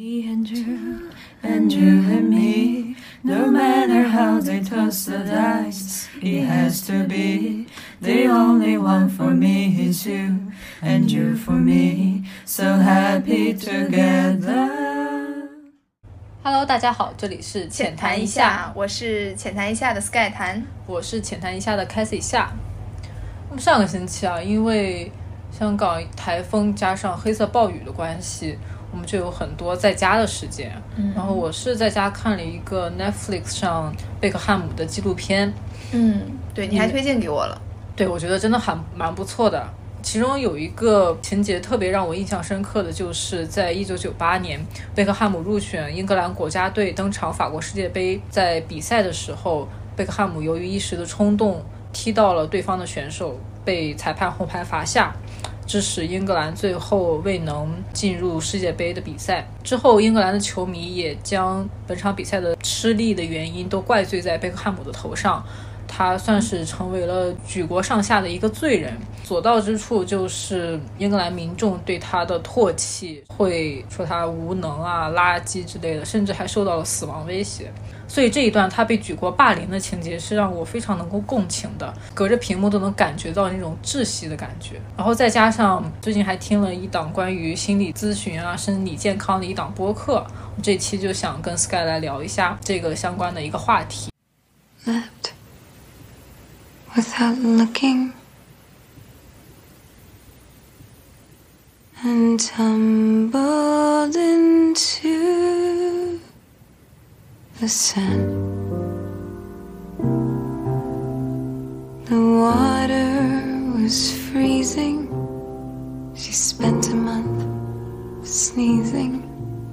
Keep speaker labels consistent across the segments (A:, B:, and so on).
A: Me and you and me, no matter how they toss the dice, it has to be the only one for me is you, and you for me, so happy together.
B: Hello， 大家好，这里是浅谈一下，
C: 我是浅谈一下的 Sky 谈，
B: 我是浅谈一下的 Cassie 夏。那么上个星期啊，因为香港台风加上黑色暴雨的关系，我们就有很多在家的时间。然后我是在家看了一个 Netflix 上贝克汉姆的纪录片。
C: 对，你还推荐给我了。
B: 对，我觉得真的蛮不错的。其中有一个情节特别让我印象深刻的，就是在1998年贝克汉姆入选英格兰国家队登场法国世界杯，在比赛的时候贝克汉姆由于一时的冲动踢到了对方的选手，被裁判红牌罚下，致使英格兰最后未能进入世界杯的比赛。之后英格兰的球迷也将本场比赛的失利的原因都怪罪在贝克汉姆的头上，他算是成为了举国上下的一个罪人。所到之处就是英格兰民众对他的唾弃，会说他无能啊、垃圾之类的，甚至还受到了死亡威胁。所以这一段他被举国霸凌的情节是让我非常能够共情的，隔着屏幕都能感觉到那种窒息的感觉。然后再加上最近还听了一档关于心理咨询啊、身体健康的一档播客，我这期就想跟 Sky 来聊一下这个相关的一个话题。
A: Left without looking and tumbled into the sun. The water was freezing. She spent a month sneezing,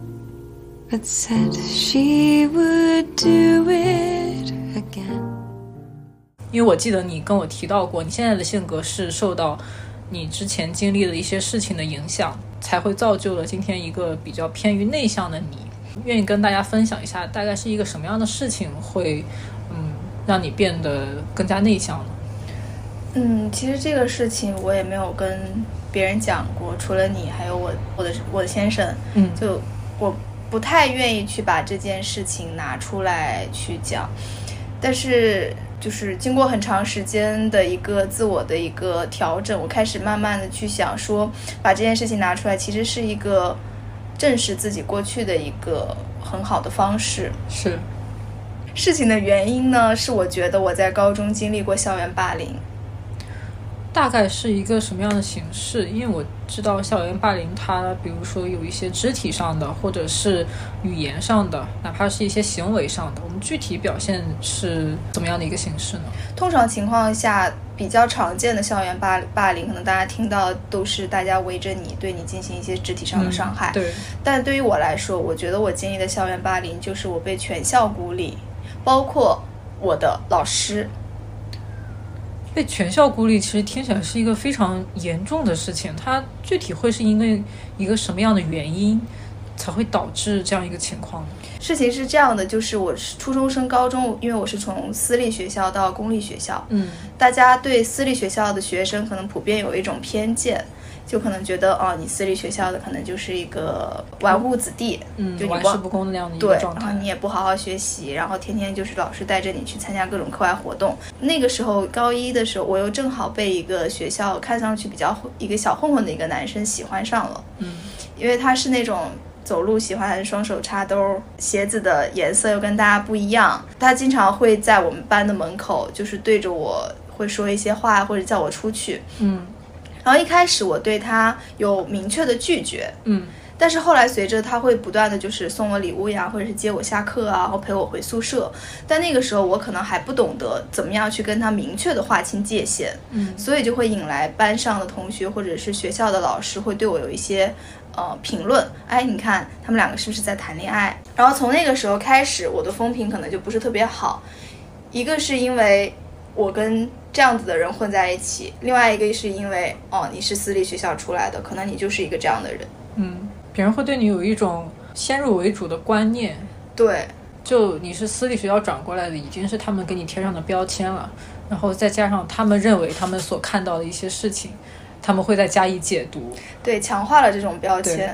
A: but said she would do it again.
B: 因为我记得你跟我提到过，你现在的性格是受到你之前经历的一些事情的影响，才会造就了今天一个比较偏于内向的你。愿意跟大家分享一下大概是一个什么样的事情会让你变得更加内向呢？
C: 其实这个事情我也没有跟别人讲过，除了你还有我的先生。就我不太愿意去把这件事情拿出来去讲，但是就是经过很长时间的一个自我的一个调整，我开始慢慢的去想说，把这件事情拿出来其实是一个正视自己过去的一个很好的方式。
B: 是
C: 事情的原因呢，是我觉得我在高中经历过校园霸凌。
B: 大概是一个什么样的形式？因为我知道校园霸凌它比如说有一些肢体上的，或者是语言上的，哪怕是一些行为上的，我们具体表现是怎么样的一个形式呢？
C: 通常情况下比较常见的校园霸凌，可能大家听到都是大家围着你，对你进行一些肢体上的伤害。
B: 对。
C: 但对于我来说，我觉得我经历的校园霸凌就是我被全校孤立，包括我的老师。
B: 被全校孤立其实听起来是一个非常严重的事情，它具体会是因为一个什么样的原因才会导致这样一个情况呢？
C: 事情是这样的，就是我初中升高中，因为我是从私立学校到公立学校，大家对私立学校的学生可能普遍有一种偏见，就可能觉得你私立学校的可能就是一个纨绔子弟，就你
B: 玩世不恭的那样的一个状态，
C: 对，然后你也不好好学习，然后天天就是老师带着你去参加各种课外活动。那个时候高一的时候，我又正好被一个学校看上去比较一个小混混的一个男生喜欢上了，因为他是那种走路喜欢双手插兜，鞋子的颜色又跟大家不一样，他经常会在我们班的门口就是对着我会说一些话，或者叫我出去。然后一开始我对他有明确的拒绝，但是后来随着他会不断的就是送我礼物呀，或者是接我下课啊，然后陪我回宿舍，但那个时候我可能还不懂得怎么样去跟他明确的划清界限，所以就会引来班上的同学或者是学校的老师会对我有一些评论，你看他们两个是不是在谈恋爱？然后从那个时候开始，我的风评可能就不是特别好，一个是因为我跟这样子的人混在一起，另外一个是因为你是私立学校出来的，可能你就是一个这样的人。
B: 别人会对你有一种先入为主的观念。
C: 对，
B: 就你是私立学校转过来的，已经是他们给你贴上的标签了，然后再加上他们认为他们所看到的一些事情，他们会再加以解读，
C: 对，强化了这种标签。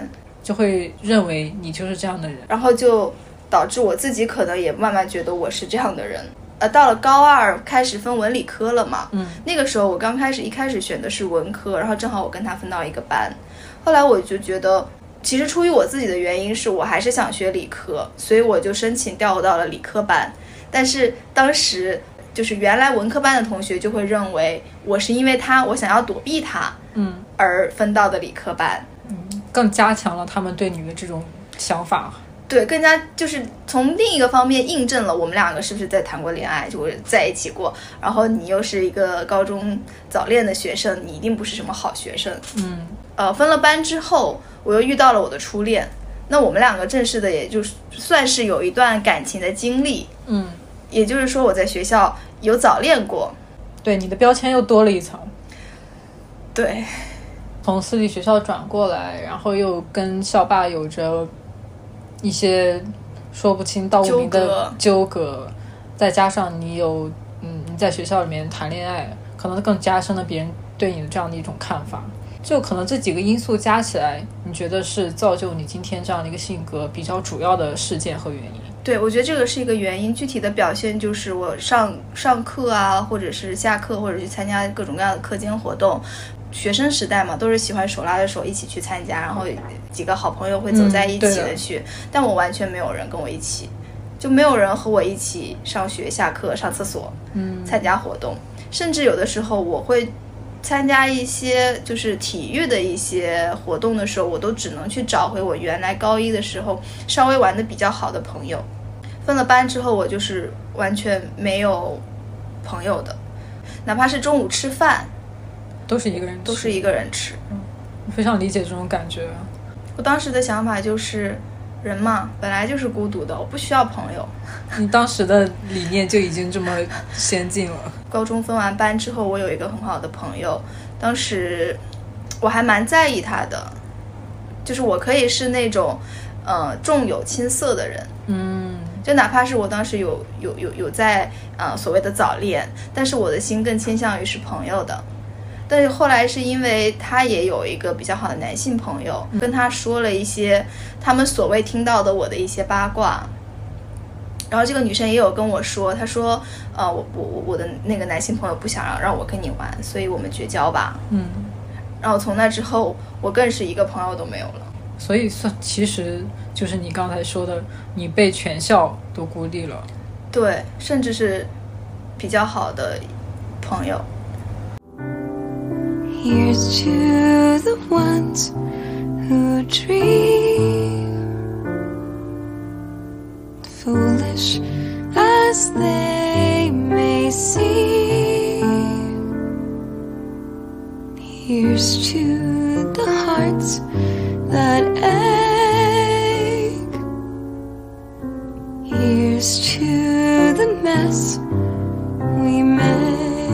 B: 就会认为你就是这样的人，
C: 然后就导致我自己可能也慢慢觉得我是这样的人。到了高二开始分文理科了嘛，那个时候我一开始选的是文科，然后正好我跟他分到一个班。后来我就觉得，其实出于我自己的原因是我还是想学理科，所以我就申请调到了理科班。但是当时就是原来文科班的同学就会认为我是因为我想要躲避他，而分到的理科班，
B: 更加强了他们对你的这种想法。
C: 对，更加就是从另一个方面印证了我们两个是不是在谈过恋爱，就是在一起过。然后你又是一个高中早恋的学生，你一定不是什么好学生。分了班之后，我又遇到了我的初恋。那我们两个正式的，也就算是有一段感情的经历。也就是说我在学校有早恋过。
B: 对，你的标签又多了一层。
C: 对，
B: 从私立学校转过来，然后又跟校霸有着一些说不清道不明的纠葛，再加上你在学校里面谈恋爱，可能更加深了别人对你的这样的一种看法。就可能这几个因素加起来，你觉得是造就你今天这样的一个性格比较主要的事件和原因？
C: 对，我觉得这个是一个原因。具体的表现就是我上课啊，或者是下课，或者去参加各种各样的课间活动。学生时代嘛，都是喜欢手拉着手一起去参加，然后几个好朋友会走在一起的去。但我完全没有人跟我一起，就没有人和我一起上学、下课、上厕所，参加活动。甚至有的时候我会参加一些就是体育的一些活动的时候，我都只能去找回我原来高一的时候稍微玩的比较好的朋友。分了班之后，我就是完全没有朋友的，哪怕是中午吃饭
B: 都是一个人吃。
C: 我
B: 非常理解这种感觉。
C: 我当时的想法就是人嘛本来就是孤独的，我不需要朋友。
B: 你当时的理念就已经这么先进了。
C: 高中分完班之后，我有一个很好的朋友，当时我还蛮在意他的，就是我可以是那种重有轻色的人。就哪怕是我当时有在所谓的早恋，但是我的心更倾向于是朋友的。但是后来是因为他也有一个比较好的男性朋友，跟他说了一些他们所谓听到的我的一些八卦。然后这个女生也有跟我说，她说我的那个男性朋友不想让我跟你玩，所以我们绝交吧。然后从那之后我更是一个朋友都没有了。
B: 所以其实就是你刚才说的，你被全校都孤立了。
C: 对，甚至是比较好的朋友。
A: Here's to the ones who dream, foolish as they may seem. Here's to the hearts that ache. Here's to the mess we make.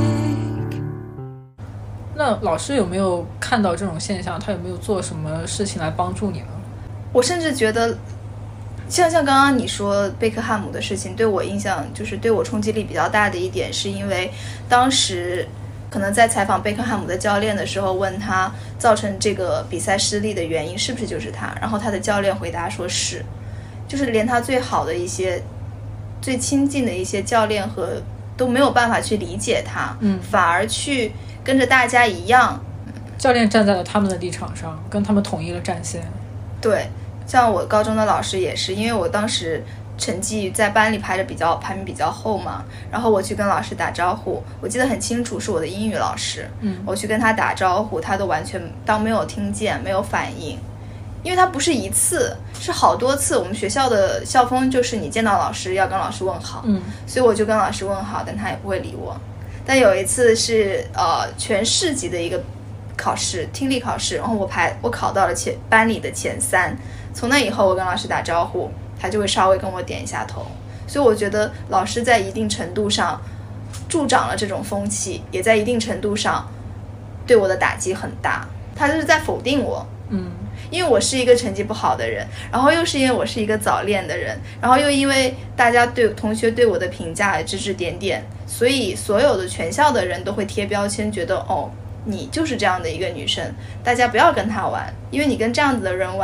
B: 那老师有没有看到这种现象？他有没有做什么事情来帮助你呢？
C: 我甚至觉得像刚刚你说贝克汉姆的事情，对我印象就是对我冲击力比较大的一点，是因为当时可能在采访贝克汉姆的教练的时候，问他造成这个比赛失利的原因是不是就是他，然后他的教练回答说是，就是连他最好的一些最亲近的一些教练和都没有办法去理解他，反而去跟着大家一样，
B: 教练站在了他们的立场上，跟他们统一了战线。
C: 对，像我高中的老师也是，因为我当时成绩在班里排名比较后嘛，然后我去跟老师打招呼，我记得很清楚，是我的英语老师，我去跟他打招呼，他都完全当没有听见，没有反应，因为他不是一次，是好多次。我们学校的校风就是你见到老师要跟老师问好，所以我就跟老师问好，但他也不会理我。但有一次是全市级的一个考试，听力考试，然后我考到了班里的前3，从那以后我跟老师打招呼，他就会稍微跟我点一下头。所以我觉得老师在一定程度上助长了这种风气，也在一定程度上对我的打击很大，他就是在否定我。因为我是一个成绩不好的人，然后又是因为我是一个早恋的人，然后又因为大家同学对我的评价指指点点，所以所有的全校的人都会贴标签，觉得你就是这样的一个女生，大家不要跟她玩，因为你跟这样子的人玩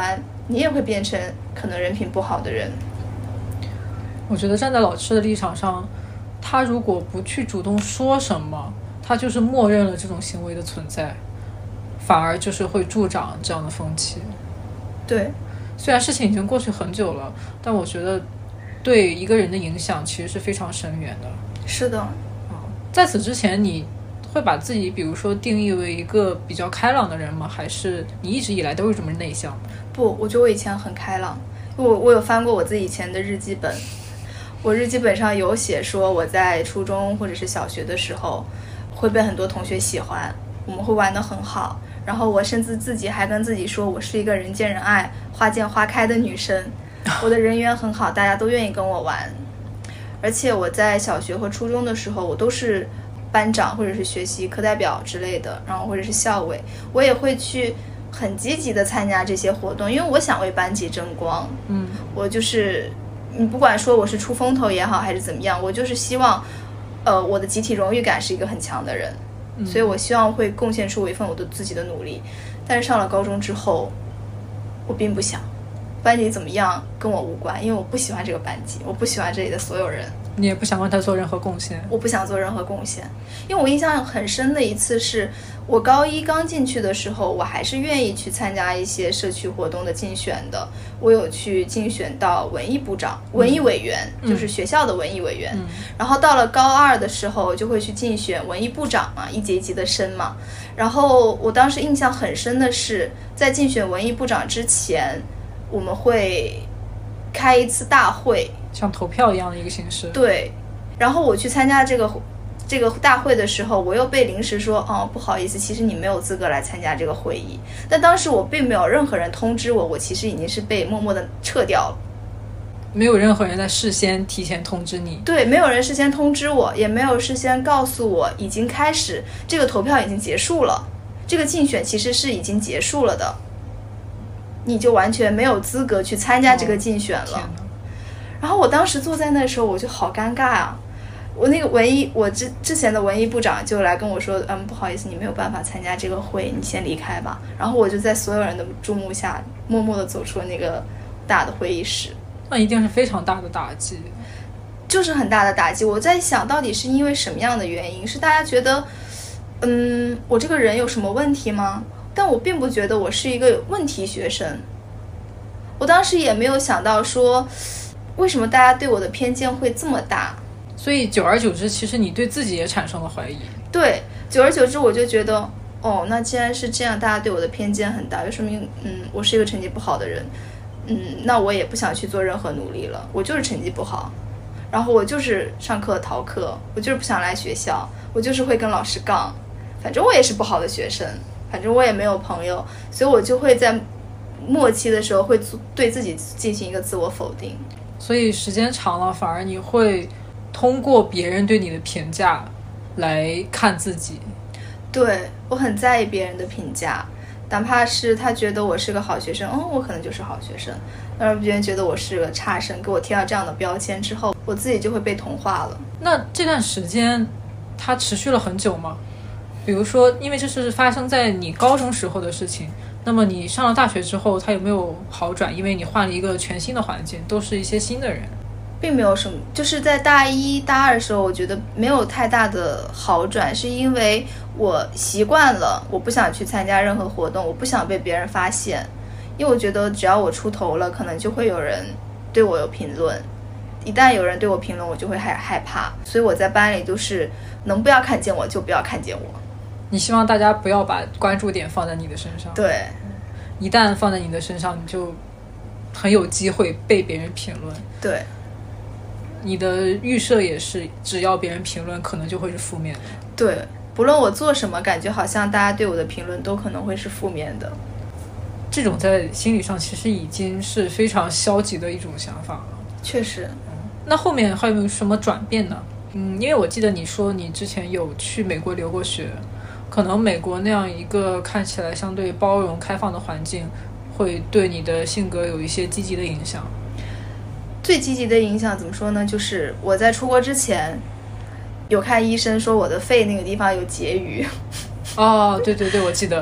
C: 你也会变成可能人品不好的人。
B: 我觉得站在老师的立场上，他如果不去主动说什么，他就是默认了这种行为的存在，反而就是会助长这样的风气。
C: 对，
B: 虽然事情已经过去很久了，但我觉得对一个人的影响其实是非常深远的。
C: 是的。
B: 在此之前，你会把自己比如说定义为一个比较开朗的人吗？还是你一直以来都是这么内向？
C: 不，我觉得我以前很开朗。我有翻过我自己以前的日记本，我日记本上有写说我在初中或者是小学的时候会被很多同学喜欢，我们会玩得很好，然后我甚至自己还跟自己说我是一个人见人爱花见花开的女生，我的人缘很好，大家都愿意跟我玩。而且我在小学和初中的时候我都是班长或者是学习课代表之类的，然后或者是校委，我也会去很积极的参加这些活动，因为我想为班级争光。我就是你不管说我是出风头也好还是怎么样，我就是希望我的集体荣誉感是一个很强的人，所以我希望会贡献出我一份我的自己的努力。但是上了高中之后，我并不想班级怎么样跟我无关，因为我不喜欢这个班级，我不喜欢这里的所有人，
B: 你也不想为他做任何贡献。
C: 我不想做任何贡献。因为我印象很深的一次是我高一刚进去的时候，我还是愿意去参加一些社区活动的竞选的，我有去竞选到文艺部长、文艺委员，就是学校的文艺委员。然后到了高二的时候就会去竞选文艺部长嘛，一级一级的升嘛。然后我当时印象很深的是在竞选文艺部长之前，我们会开一次大会，
B: 像投票一样的一个形式。
C: 对，然后我去参加这个大会的时候，我又被临时说不好意思，其实你没有资格来参加这个会议。但当时我并没有任何人通知我，我其实已经是被默默的撤掉了，
B: 没有任何人在事先提前通知你。
C: 对，没有人事先通知我，也没有事先告诉我已经开始，这个投票已经结束了，这个竞选其实是已经结束了的，你就完全没有资格去参加这个竞选了。然后我当时坐在那时候我就好尴尬啊，我那个我之前的文艺部长就来跟我说不好意思，你没有办法参加这个会，你先离开吧。然后我就在所有人的注目下默默地走出了那个大的会议室。
B: 那一定是非常大的打击。
C: 就是很大的打击。我在想到底是因为什么样的原因，是大家觉得我这个人有什么问题吗？但我并不觉得我是一个问题学生。我当时也没有想到说为什么大家对我的偏见会这么大。
B: 所以久而久之其实你对自己也产生了怀疑。
C: 对，久而久之我就觉得那既然是这样，大家对我的偏见很大，就说明我是一个成绩不好的人。那我也不想去做任何努力了，我就是成绩不好，然后我就是上课逃课，我就是不想来学校，我就是会跟老师杠，反正我也是不好的学生，反正我也没有朋友，所以我就会在末期的时候会对自己进行一个自我否定。
B: 所以时间长了，反而你会通过别人对你的评价来看自己。
C: 对，我很在意别人的评价，哪怕是他觉得我是个好学生，我可能就是好学生，但是别人觉得我是个差生，给我贴到这样的标签之后，我自己就会被同化了。
B: 那这段时间它持续了很久吗？比如说因为这是发生在你高中时候的事情，那么你上了大学之后它有没有好转？因为你换了一个全新的环境，都是一些新的人。
C: 并没有什么，就是在大一大二的时候我觉得没有太大的好转，是因为我习惯了，我不想去参加任何活动，我不想被别人发现，因为我觉得只要我出头了，可能就会有人对我有评论，一旦有人对我评论，我就会害怕，所以我在班里就是能不要看见我就不要看见我。
B: 你希望大家不要把关注点放在你的身上。
C: 对，
B: 一旦放在你的身上，你就很有机会被别人评论。
C: 对，
B: 你的预设也是只要别人评论可能就会是负面的。
C: 对，不论我做什么，感觉好像大家对我的评论都可能会是负面的。
B: 这种在心理上其实已经是非常消极的一种想法了。
C: 确实。
B: 那后面还有没有什么转变呢？因为我记得你说你之前有去美国留过学，可能美国那样一个看起来相对包容开放的环境会对你的性格有一些积极的影响。
C: 最积极的影响怎么说呢，就是我在出国之前有看医生说我的肺那个地方有结余。
B: 对对对，我记得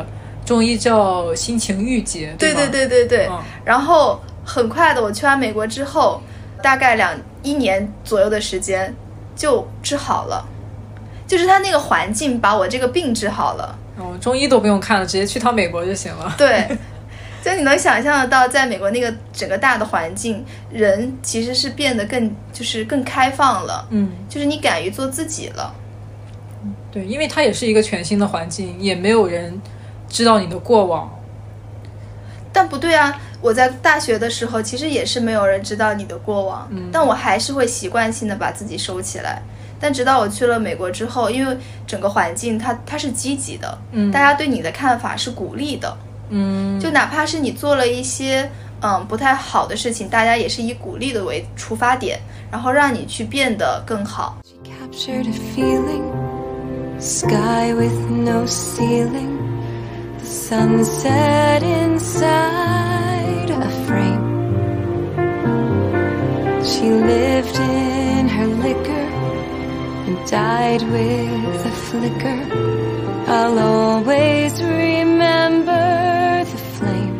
B: 中医叫心情郁结，
C: 对
B: 吧？
C: 对、然后很快的我去完美国之后，大概1年左右的时间就治好了，就是他那个环境把我这个病治好了。
B: 中医都不用看了，直接去趟美国就行了。
C: 对，就你能想象得到，在美国那个整个大的环境，人其实是变得更开放了，就是你敢于做自己了。
B: 对，因为它也是一个全新的环境，也没有人知道你的过往。
C: 但不对啊，我在大学的时候其实也是没有人知道你的过往，但我还是会习惯性的把自己收起来。但直到我去了美国之后，因为整个环境它是积极的，大家对你的看法是鼓励的，就哪怕是你做了一些不太好的事情，大家也是以鼓励的为出发点，然后让你去变得更好。
A: Sky with no ceiling, the sunset inside a frame. She lived in her liquor and died with a flicker. I'll always remember the flame.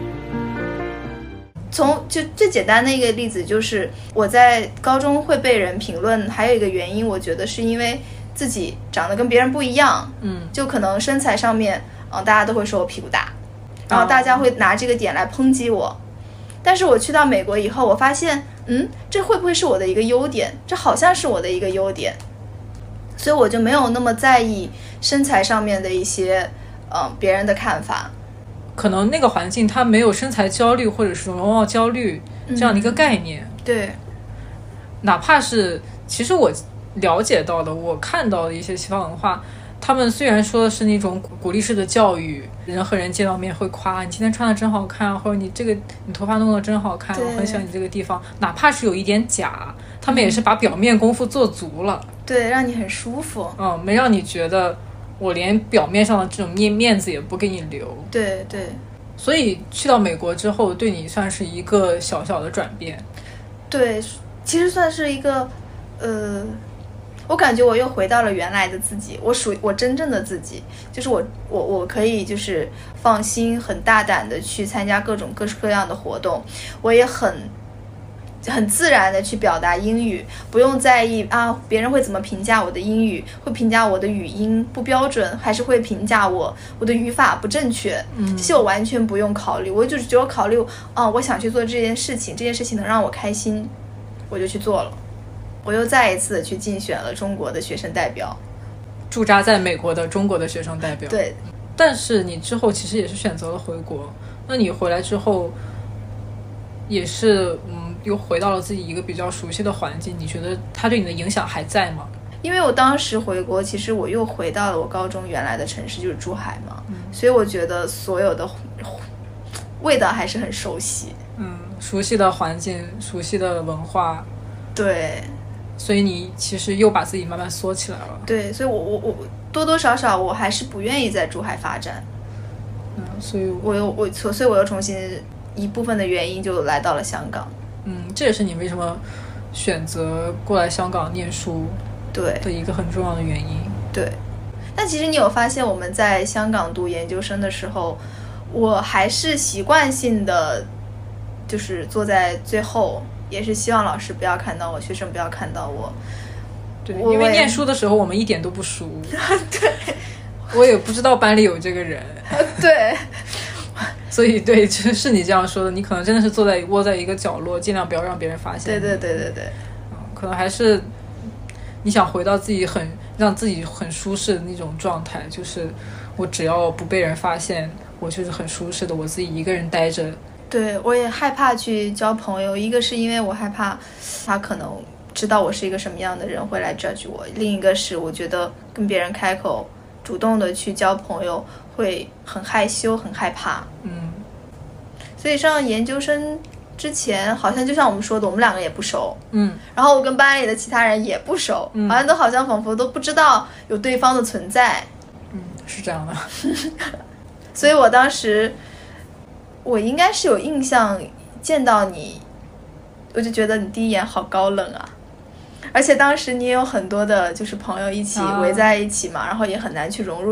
C: 就最简单的一个例子就是我在高中会被人评论，还有一个原因我觉得是因为自己长得跟别人不一样，就可能身材上面，大家都会说我屁股大，然后大家会拿这个点来抨击我。但是我去到美国以后，我发现，这会不会是我的一个优点？这好像是我的一个优点，所以我就没有那么在意身材上面的一些，别人的看法。
B: 可能那个环境它没有身材焦虑或者是容貌焦虑这样的一个概念。
C: 对，
B: 哪怕是其实我了解到的，我看到的一些西方文化，他们虽然说的是那种鼓励式的教育，人和人见到面会夸你今天穿的真好看，或者你头发弄得真好看，我很喜欢你这个地方，哪怕是有一点假，他们也是把表面功夫做足了，
C: 对，让你很舒服，
B: 没让你觉得我连表面上的这种面子也不给你留。
C: 对对，
B: 所以去到美国之后，对你算是一个小小的转变。
C: 对，其实算是一个我感觉我又回到了原来的自己，我真正的自己，就是我可以就是放心很大胆的去参加各式各样的活动，我也很自然的去表达英语，不用在意别人会怎么评价我的英语，会评价我的语音不标准，还是会评价我的语法不正确，这些我完全不用考虑，我就是只有考虑我想去做这件事情能让我开心，我就去做了。我又再一次的去竞选了中国的学生代表，
B: 驻扎在美国的中国的学生代表。
C: 对，
B: 但是你之后其实也是选择了回国，那你回来之后也是又回到了自己一个比较熟悉的环境，你觉得它对你的影响还在吗？
C: 因为我当时回国，其实我又回到了我高中原来的城市，就是珠海嘛，所以我觉得所有的味道还是很熟悉。
B: 熟悉的环境，熟悉的文化。
C: 对，
B: 所以你其实又把自己慢慢缩起来了。
C: 对，所以我多多少少我还是不愿意在珠海发展。
B: 所以
C: 我又重新一部分的原因就来到了香港。
B: 这也是你为什么选择过来香港念书的一个很重要的原因。
C: 对，但其实你有发现我们在香港读研究生的时候，我还是习惯性的就是坐在最后，也是希望老师不要看到我，学生不要看到我。
B: 对，因为念书的时候我们一点都不熟。
C: 对，
B: 我也不知道班里有这个人。
C: 对，
B: 所以对，就是你这样说的，你可能真的是窝在一个角落，尽量不要让别人发现。
C: 对，
B: 可能还是你想回到让自己很舒适的那种状态，就是我只要不被人发现，我就是很舒适的，我自己一个人待着。
C: 对，我也害怕去交朋友，一个是因为我害怕他可能知道我是一个什么样的人会来 judge 我，另一个是我觉得跟别人开口主动的去交朋友会很害羞很害怕。所以上研究生之前好像就像我们说的，我们两个也不熟，然后我跟班里的其他人也不熟，好像仿佛都不知道有对方的存在。
B: 是这样的。
C: 所以我当时我应该是有印象见到你，我就觉得你第一眼好高冷啊，而且当时你也有很多的就是朋友一起围在一起嘛，然后也很难去融入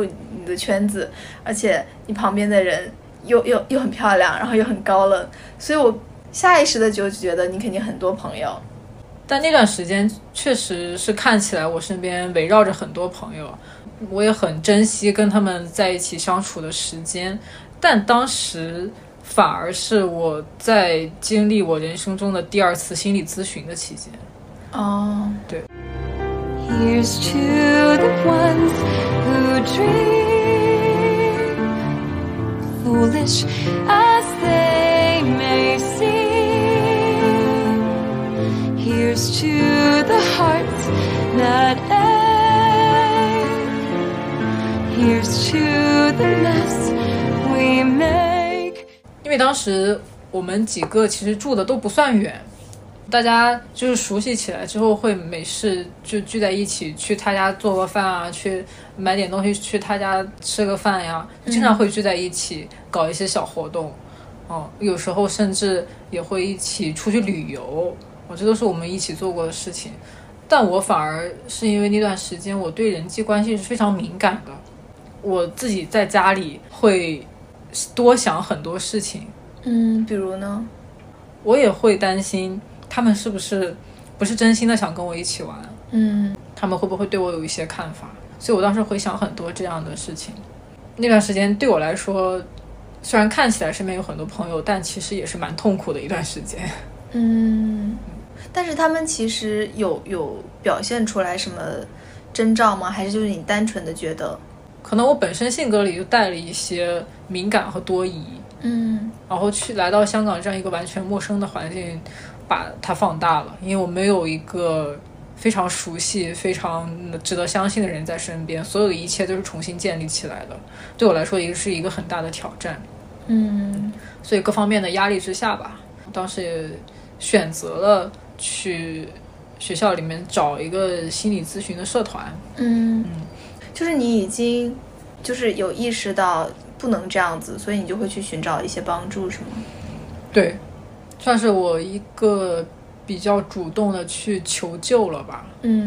C: 你的圈子，而且你旁边的人又很漂亮，然后又很高冷，所以我下意识的就觉得你肯定很多朋友。
B: 但那段时间确实是看起来我身边围绕着很多朋友，我也很珍惜跟他们在一起相处的时间，但当时反而是我在经历我人生中的第2次心理咨询的期间。对。
A: Here's to the ones who dream, foolish as they may seem. Here's to the hearts that ache. Here's to the mess we make.
B: 因为当时我们几个其实住的都不算远，大家就是熟悉起来之后会没事就聚在一起，去他家做个饭啊，去买点东西去他家吃个饭呀，经常会聚在一起搞一些小活动。有时候甚至也会一起出去旅游，这都是我们一起做过的事情。但我反而是因为那段时间我对人际关系是非常敏感的，我自己在家里会多想很多事情。
C: 比如呢？
B: 我也会担心他们是不是真心的想跟我一起玩，他们会不会对我有一些看法，所以我当时会想很多这样的事情。那段时间对我来说，虽然看起来身边有很多朋友，但其实也是蛮痛苦的一段时间。
C: 但是他们其实有表现出来什么征兆吗？还是就是你单纯的觉得？
B: 可能我本身性格里就带了一些敏感和多疑，然后来到香港这样一个完全陌生的环境，把它放大了。因为我没有一个非常熟悉、非常值得相信的人在身边，所有的一切都是重新建立起来的，对我来说也是一个很大的挑战。所以各方面的压力之下吧，当时也选择了去学校里面找一个心理咨询的社团。
C: 就是你已经就是有意识到不能这样子，所以你就会去寻找一些帮助，是吗？
B: 对，算是我一个比较主动的去求救了吧。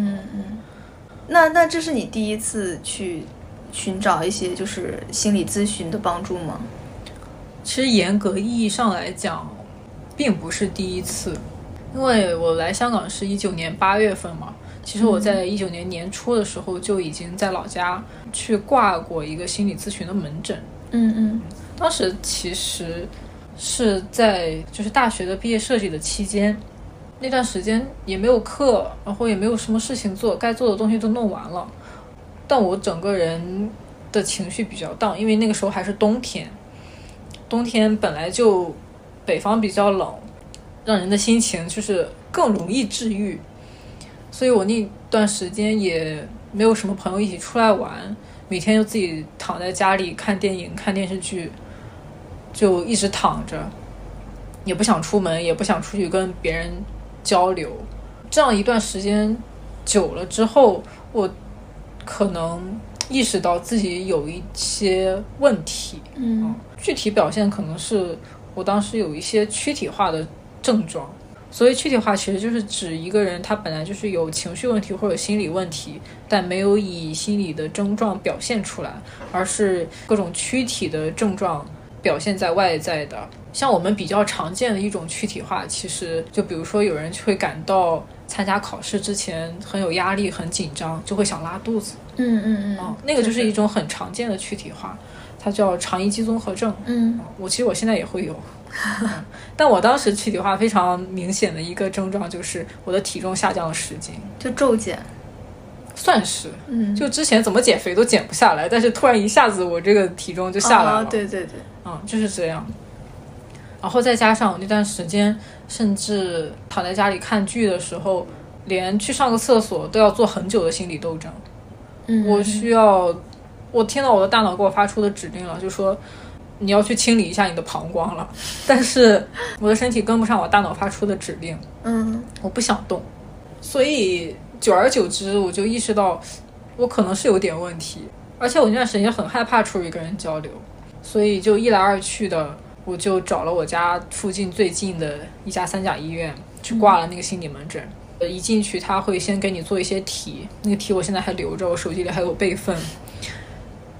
C: 那这是你第一次去寻找一些就是心理咨询的帮助吗？
B: 其实严格意义上来讲并不是第一次，因为我来香港是19年8月份嘛，其实我在19年年初的时候就已经在老家去挂过一个心理咨询的门诊。当时其实是在就是大学的毕业设计的期间，那段时间也没有课，然后也没有什么事情做，该做的东西都弄完了，但我整个人的情绪比较down，因为那个时候还是冬天本来就北方比较冷，让人的心情就是更容易治愈，所以我那段时间也没有什么朋友一起出来玩，每天就自己躺在家里看电影看电视剧，就一直躺着，也不想出门，也不想出去跟别人交流。这样一段时间久了之后，我可能意识到自己有一些问题。具体表现可能是我当时有一些躯体化的症状。所谓躯体化其实就是指一个人他本来就是有情绪问题或者心理问题，但没有以心理的症状表现出来，而是各种躯体的症状表现在外在的。像我们比较常见的一种躯体化，其实就比如说有人会感到参加考试之前很有压力很紧张，就会想拉肚子。那个就是一种很常见的躯体化，它叫肠易激综合症。我其实现在也会有。但我当时躯体化非常明显的一个症状就是我的体重下降了10斤，
C: 就骤减。
B: 算是，就之前怎么减肥都减不下来，但是突然一下子我这个体重就下来了。
C: 对，
B: 就是这样。然后再加上我那段时间甚至躺在家里看剧的时候，连去上个厕所都要做很久的心理斗争。我听到我的大脑给我发出的指令了，就说你要去清理一下你的膀胱了，但是我的身体跟不上我大脑发出的指令。我不想动，所以久而久之我就意识到我可能是有点问题，而且我那段时间也很害怕出去跟人交流，所以就一来二去的我就找了我家附近最近的一家3甲医院去挂了那个心理门诊。一进去他会先给你做一些题，那个题我现在还留着，我手机里还有备份。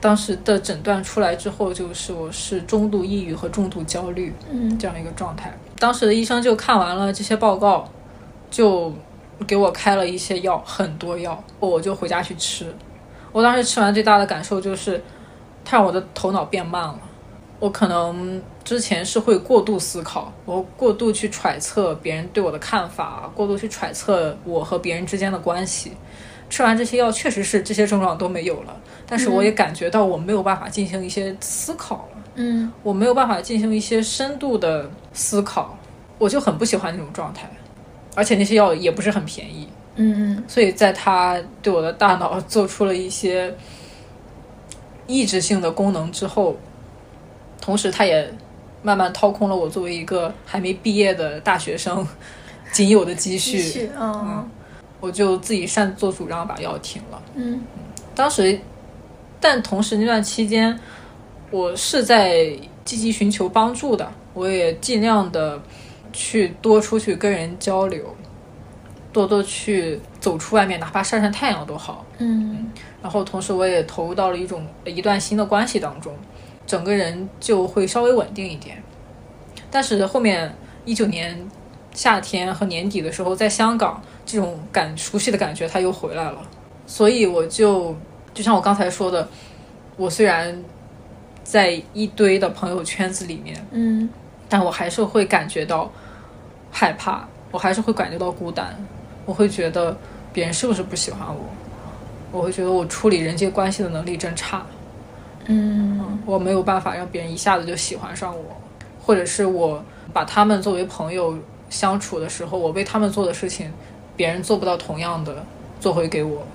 B: 当时的诊断出来之后，就是我是中度抑郁和重度焦虑这样一个状态。当时的医生就看完了这些报告，就给我开了一些药，很多药，我就回家去吃。我当时吃完最大的感受就是它让我的头脑变慢了。我可能之前是会过度思考，我过度去揣测别人对我的看法，过度去揣测我和别人之间的关系。吃完这些药确实是这些症状都没有了，但是我也感觉到我没有办法进行一些思考了，我没有办法进行一些深度的思考，我就很不喜欢那种状态。而且那些药也不是很便宜，所以在它对我的大脑做出了一些抑制性的功能之后，同时它也慢慢掏空了我作为一个还没毕业的大学生仅有的积蓄，我就自己擅自做主张把药停了。当时但同时那段期间我是在积极寻求帮助的，我也尽量的去多出去跟人交流，多多去走出外面，哪怕晒晒太阳都好。然后同时我也投入到了一段新的关系当中，整个人就会稍微稳定一点。但是后面19年夏天和年底的时候，在香港这种熟悉的感觉它又回来了，所以我就像我刚才说的，我虽然在一堆的朋友圈子里面，但我还是会感觉到害怕，我还是会感觉到孤单，我会觉得别人是不是不喜欢我，我会觉得我处理人际关系的能力真差，我没有办法让别人一下子就喜欢上我，或者是我把他们作为朋友相处的时候，我为他们做的事情别人做不到同样的做回给我。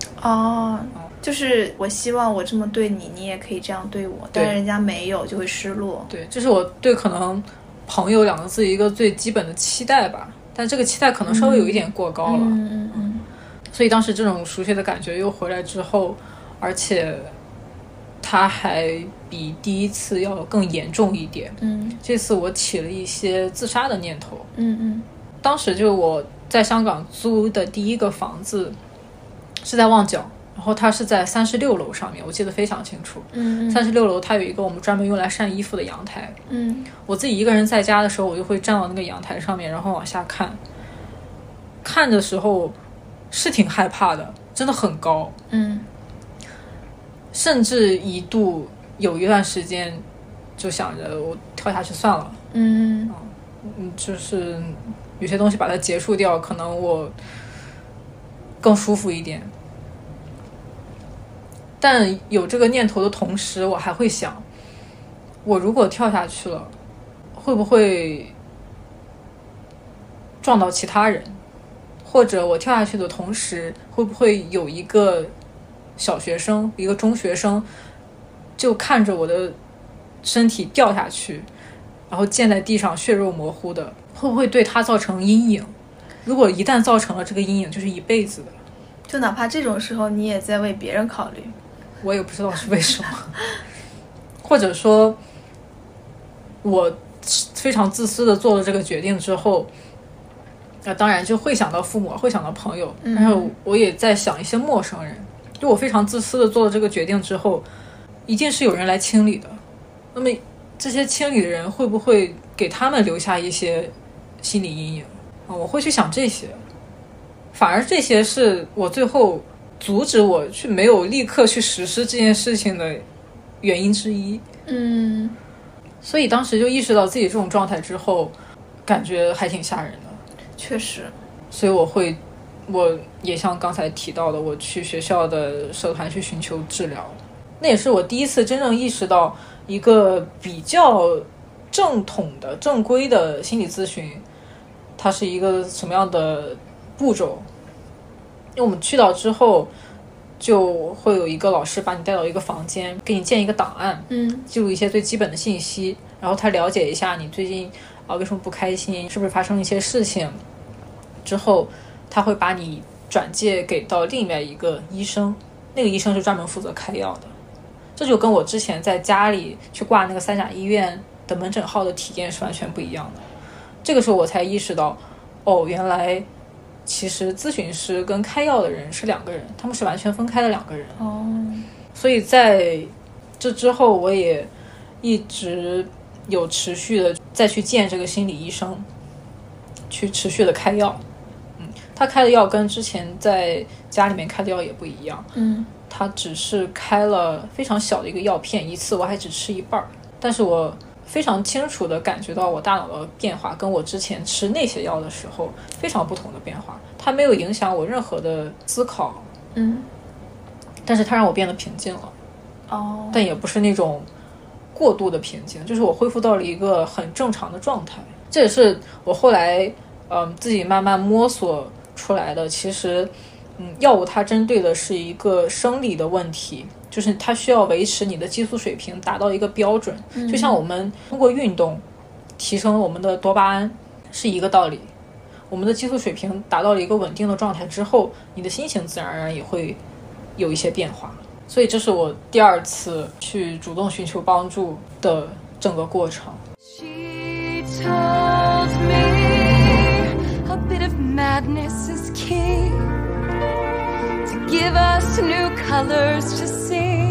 C: 就是我希望我这么对你，你也可以这样对我，但是人家没有就会失落。
B: 对，这是我对可能朋友2个字一个最基本的期待吧，但这个期待可能稍微有一点过高了。所以当时这种熟悉的感觉又回来之后，而且它还比第一次要更严重一点。这次我起了一些自杀的念头。当时就我在香港租的第一个房子是在旺角，然后它是在36楼上面，我记得非常清楚。36楼它有一个我们专门用来晒衣服的阳台。我自己一个人在家的时候，我就会站到那个阳台上面，然后往下看的时候是挺害怕的，真的很高。甚至一度有一段时间就想着我跳下去算了。就是有些东西把它结束掉，可能我更舒服一点。但有这个念头的同时，我还会想，我如果跳下去了，会不会撞到其他人？或者我跳下去的同时，会不会有一个小学生，一个中学生，就看着我的身体掉下去，然后溅在地上，血肉模糊的，会不会对他造成阴影？如果一旦造成了这个阴影，就是一辈子的。
C: 就哪怕这种时候，你也在为别人考虑。
B: 我也不知道是为什么，或者说，我非常自私的做了这个决定之后，当然就会想到父母，会想到朋友，然后我也在想一些陌生人。就我非常自私的做了这个决定之后，一定是有人来清理的。那么这些清理的人会不会给他们留下一些心理阴影？我会去想这些，反而这些是我最后阻止我去没有立刻去实施这件事情的原因之一。所以当时就意识到自己这种状态之后，感觉还挺吓人的。
C: 确实。
B: 所以我也像刚才提到的，我去学校的社团去寻求治疗，那也是我第一次真正意识到一个比较正统的正规的心理咨询它是一个什么样的步骤。因为我们去到之后，就会有一个老师把你带到一个房间，给你建一个档案，记录一些最基本的信息，然后他了解一下你最近为什么不开心，是不是发生了一些事情，之后他会把你转介给到另外一个医生，那个医生是专门负责开药的。这就跟我之前在家里去挂那个3甲医院的门诊号的体验是完全不一样的。这个时候我才意识到，原来其实咨询师跟开药的人是2个人，他们是完全分开的2个人。所以在这之后我也一直有持续的再去见这个心理医生，去持续的开药。他开的药跟之前在家里面开的药也不一样。他只是开了非常小的一个药片，一次我还只吃一半，但是我非常清楚的感觉到我大脑的变化跟我之前吃那些药的时候非常不同的变化。它没有影响我任何的思考，但是它让我变得平静了。但也不是那种过度的平静，就是我恢复到了一个很正常的状态。这也是我后来自己慢慢摸索出来的。其实药物它针对的是一个生理的问题，就是它需要维持你的激素水平达到一个标准，就像我们通过运动提升我们的多巴胺是一个道理。我们的激素水平达到了一个稳定的状态之后，你的心情自然而然也会有一些变化。所以这是我第2次去主动寻求帮助的整个过程。
A: She told me a bit of madness is key to give us new colors to see.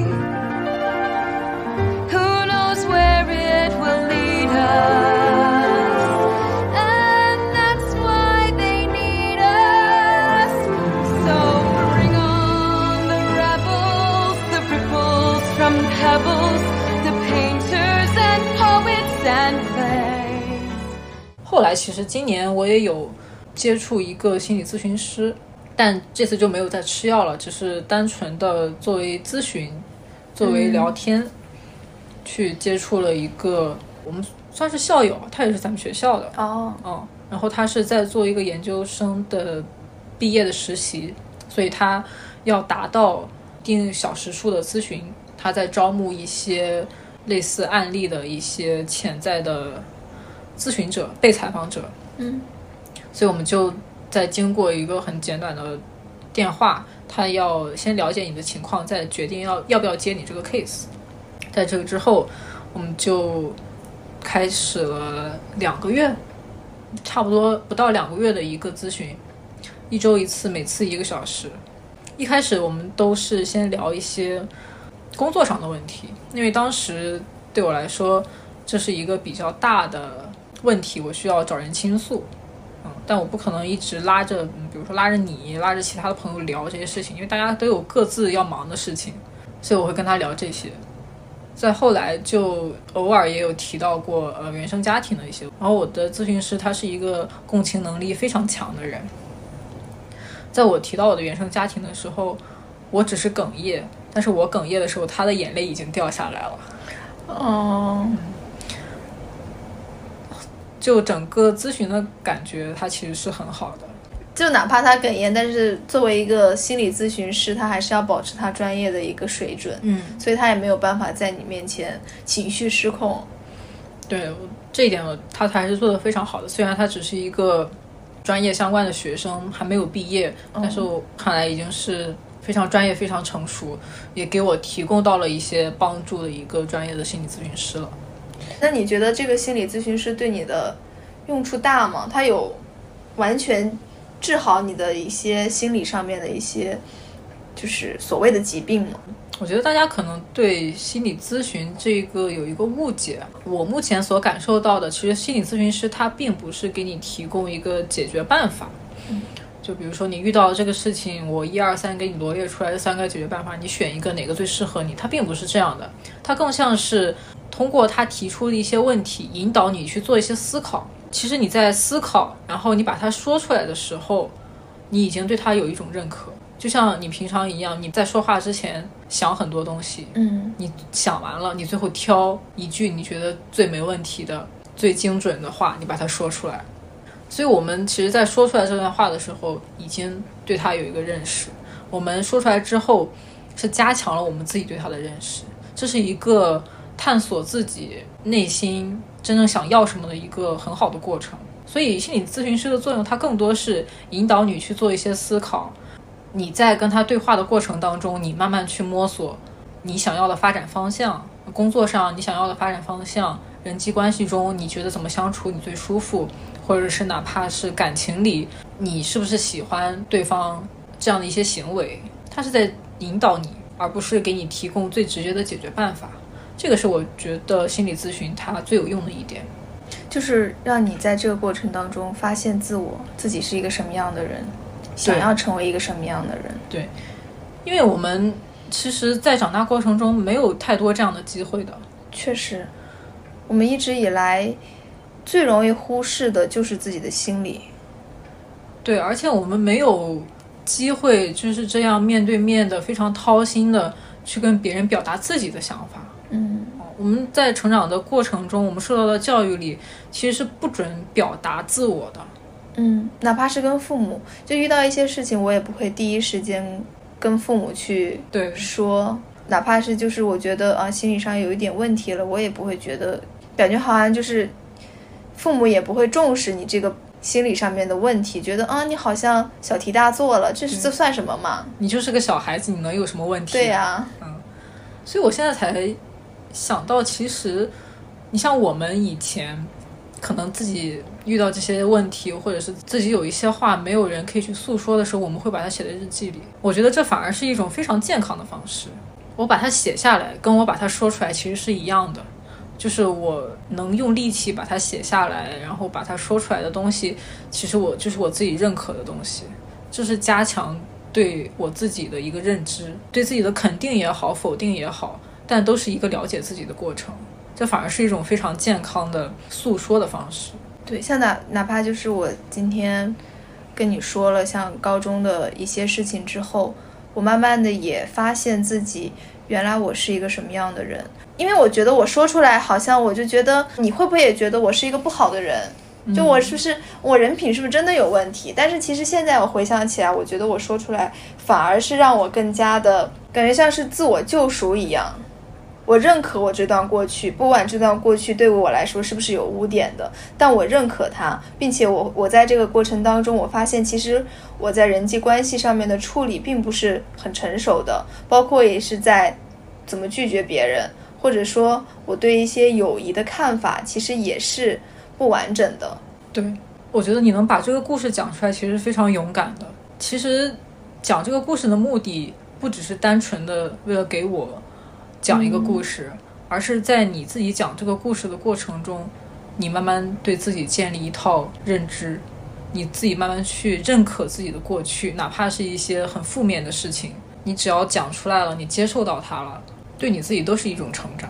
A: Who knows where it will lead us, and that's why they need us. So bring on the rebels, the ripples from pebbles, the painters and poets and plays.
B: 后来其实今年我也有接触一个心理咨询师，但这次就没有再吃药了，只是单纯的作为咨询，作为聊天，去接触了一个我们算是校友，他也是咱们学校的然后他是在做一个研究生的毕业的实习，所以他要达到一定小时数的咨询，他在招募一些类似案例的一些潜在的咨询者、被采访者。所以我们就在经过一个很简短的电话，他要先了解你的情况，再决定要不要接你这个 case。 在这个之后我们就开始了2个月，差不多不到2个月的一个咨询，1周1次，每次1个小时。一开始我们都是先聊一些工作上的问题，因为当时对我来说这是一个比较大的问题，我需要找人倾诉。但我不可能一直拉着，比如说拉着你，拉着其他的朋友聊这些事情，因为大家都有各自要忙的事情，所以我会跟他聊这些。再后来就偶尔也有提到过原生家庭的一些，然后我的咨询师他是一个共情能力非常强的人，在我提到我的原生家庭的时候，我只是哽咽，但是我哽咽的时候他的眼泪已经掉下来了。就整个咨询的感觉它其实是很好的，
C: 就哪怕他哽咽，但是作为一个心理咨询师，他还是要保持他专业的一个水准，所以他也没有办法在你面前情绪失控。
B: 对，这一点他还是做得非常好的，虽然他只是一个专业相关的学生，还没有毕业，但是我看来已经是非常专业、非常成熟，也给我提供到了一些帮助的一个专业的心理咨询师了。
C: 那你觉得这个心理咨询师对你的用处大吗？他有完全治好你的一些心理上面的一些就是所谓的疾病吗？
B: 我觉得大家可能对心理咨询这个有一个误解。我目前所感受到的，其实心理咨询师他并不是给你提供一个解决办法。就比如说你遇到这个事情，我1、2、3给你罗列出来的3个解决办法，你选一个哪个最适合你，它并不是这样的。它更像是通过他提出的一些问题，引导你去做一些思考。其实你在思考，然后你把它说出来的时候，你已经对它有一种认可。就像你平常一样，你在说话之前想很多东西，你想完了，你最后挑一句你觉得最没问题的、最精准的话，你把它说出来。所以我们其实在说出来这段话的时候，已经对它有一个认识。我们说出来之后，是加强了我们自己对它的认识。这是一个探索自己内心真正想要什么的一个很好的过程。所以心理咨询师的作用，它更多是引导你去做一些思考。你在跟他对话的过程当中，你慢慢去摸索你想要的发展方向，工作上你想要的发展方向，人际关系中你觉得怎么相处你最舒服，或者是哪怕是感情里你是不是喜欢对方这样的一些行为，他是在引导你而不是给你提供最直接的解决办法。这个是我觉得心理咨询它最有用的一点，
C: 就是让你在这个过程当中发现自己是一个什么样的人，想要成为一个什么样的人。
B: 对，因为我们其实在长大过程中没有太多这样的机会的。
C: 确实，我们一直以来最容易忽视的就是自己的心理。
B: 对，而且我们没有机会就是这样面对面的非常掏心的去跟别人表达自己的想法。我们在成长的过程中，我们受到的教育里其实是不准表达自我的。
C: 哪怕是跟父母，就遇到一些事情，我也不会第一时间跟父母去说，哪怕是就是我觉得心理上有一点问题了，我也不会觉得，感觉好像就是父母也不会重视你这个心理上面的问题，觉得你好像小题大做了，这算什么嘛？
B: 你就是个小孩子，你能有什么问题？
C: 对呀，
B: 所以我现在才想到，其实你像我们以前可能自己遇到这些问题，或者是自己有一些话没有人可以去诉说的时候，我们会把它写在日记里。我觉得这反而是一种非常健康的方式。我把它写下来跟我把它说出来其实是一样的，就是我能用力气把它写下来，然后把它说出来的东西，其实就是我自己认可的东西，就是加强对我自己的一个认知，对自己的肯定也好，否定也好，但都是一个了解自己的过程。这反而是一种非常健康的诉说的方式。
C: 对，像哪怕就是我今天跟你说了像高中的一些事情之后，我慢慢的也发现自己原来我是一个什么样的人。因为我觉得我说出来，好像我就觉得你会不会也觉得我是一个不好的人，就我是不是我人品是不是真的有问题。但是其实现在我回想起来，我觉得我说出来反而是让我更加的感觉像是自我救赎一样。我认可我这段过去，不管这段过去对我来说是不是有污点的，但我认可它，并且我在这个过程当中，我发现其实我在人际关系上面的处理并不是很成熟的，包括也是在怎么拒绝别人，或者说我对一些友谊的看法其实也是不完整的。
B: 对，我觉得你能把这个故事讲出来其实非常勇敢的。其实讲这个故事的目的不只是单纯的为了给我讲一个故事，而是在你自己讲这个故事的过程中，你慢慢对自己建立一套认知，你自己慢慢去认可自己的过去，哪怕是一些很负面的事情，你只要讲出来了，你接受到它了，对你自己都是一种成长。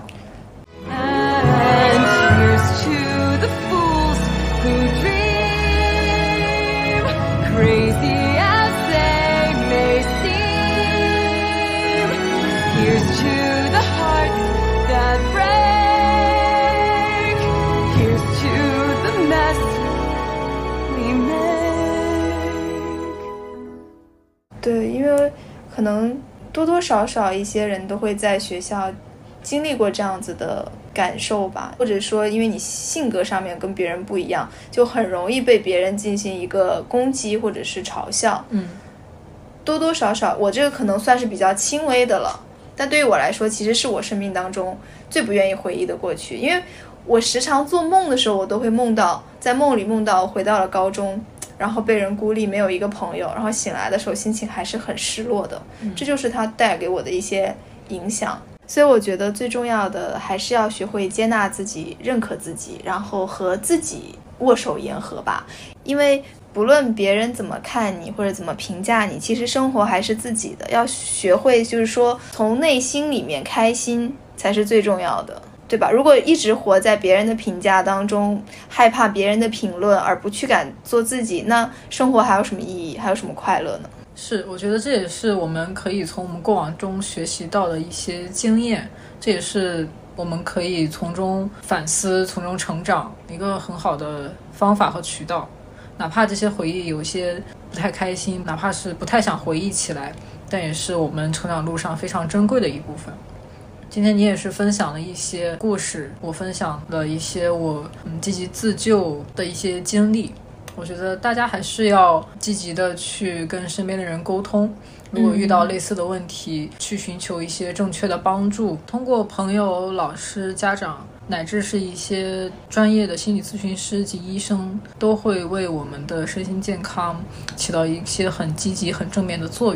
C: 对，因为可能多多少少一些人都会在学校经历过这样子的感受吧，或者说因为你性格上面跟别人不一样，就很容易被别人进行一个攻击或者是嘲笑。多多少少我这个可能算是比较轻微的了，但对于我来说其实是我生命当中最不愿意回忆的过去。因为我时常做梦的时候，我都会在梦里梦到我回到了高中，然后被人孤立，没有一个朋友，然后醒来的时候心情还是很失落的。这就是它带给我的一些影响。所以我觉得最重要的还是要学会接纳自己，认可自己，然后和自己握手言和吧。因为不论别人怎么看你或者怎么评价你，其实生活还是自己的，要学会就是说从内心里面开心才是最重要的，对吧？如果一直活在别人的评价当中，害怕别人的评论而不去敢做自己，那生活还有什么意义，还有什么快乐呢？
B: 是，我觉得这也是我们可以从我们过往中学习到的一些经验，这也是我们可以从中反思，从中成长一个很好的方法和渠道。哪怕这些回忆有些不太开心，哪怕是不太想回忆起来，但也是我们成长路上非常珍贵的一部分。今天你也是分享了一些故事，我分享了一些我积极自救的一些经历。我觉得大家还是要积极的去跟身边的人沟通，如果遇到类似的问题，去寻求一些正确的帮助，通过朋友、老师、家长乃至是一些专业的心理咨询师及医生，都会为我们的身心健康起到一些很积极很正面的作用。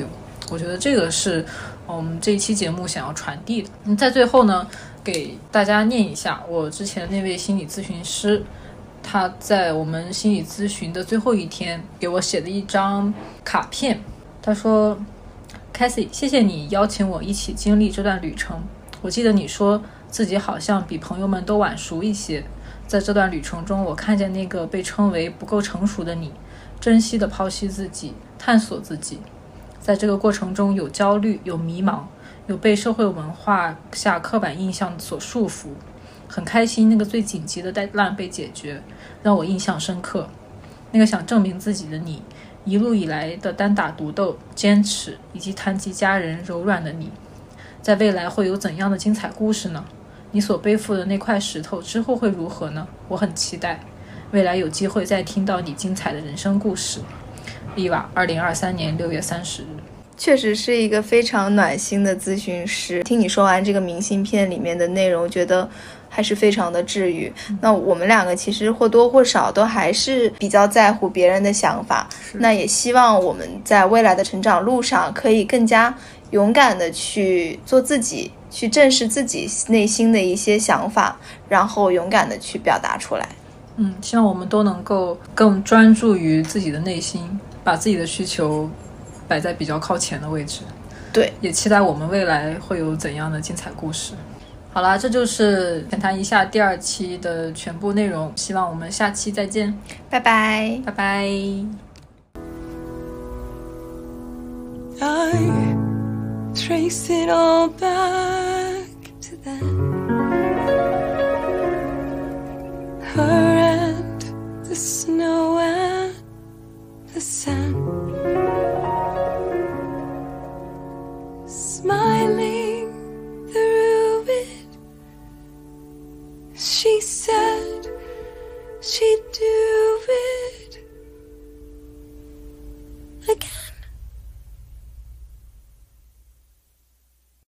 B: 我觉得这个是我们这一期节目想要传递的。在最后呢，给大家念一下我之前那位心理咨询师，他在我们心理咨询的最后一天给我写的一张卡片。他说 Cassie， 谢谢你邀请我一起经历这段旅程。我记得你说自己好像比朋友们都晚熟一些，在这段旅程中，我看见那个被称为不够成熟的你，珍惜地剖析自己，探索自己。在这个过程中有焦虑，有迷茫，有被社会文化下刻板印象所束缚。很开心那个最紧急的deadline被解决，让我印象深刻。那个想证明自己的你，一路以来的单打独斗、坚持以及谈及家人柔软的你，在未来会有怎样的精彩故事呢？你所背负的那块石头之后会如何呢？我很期待未来有机会再听到你精彩的人生故事。丽娃，2023年6月30日。
C: 确实是一个非常暖心的咨询师。听你说完这个明信片里面的内容，觉得还是非常的治愈。那我们两个其实或多或少都还是比较在乎别人的想法，那也希望我们在未来的成长路上可以更加勇敢的去做自己，去正视自己内心的一些想法，然后勇敢的去表达出来。
B: 希望我们都能够更专注于自己的内心，把自己的需求摆在比较靠前的位置。
C: 对，
B: 也期待我们未来会有怎样的精彩故事。好啦，这就是浅谈一下第2期的全部内容，希望我们下期再见，
C: 拜拜，
B: 拜拜。
A: I trace it all back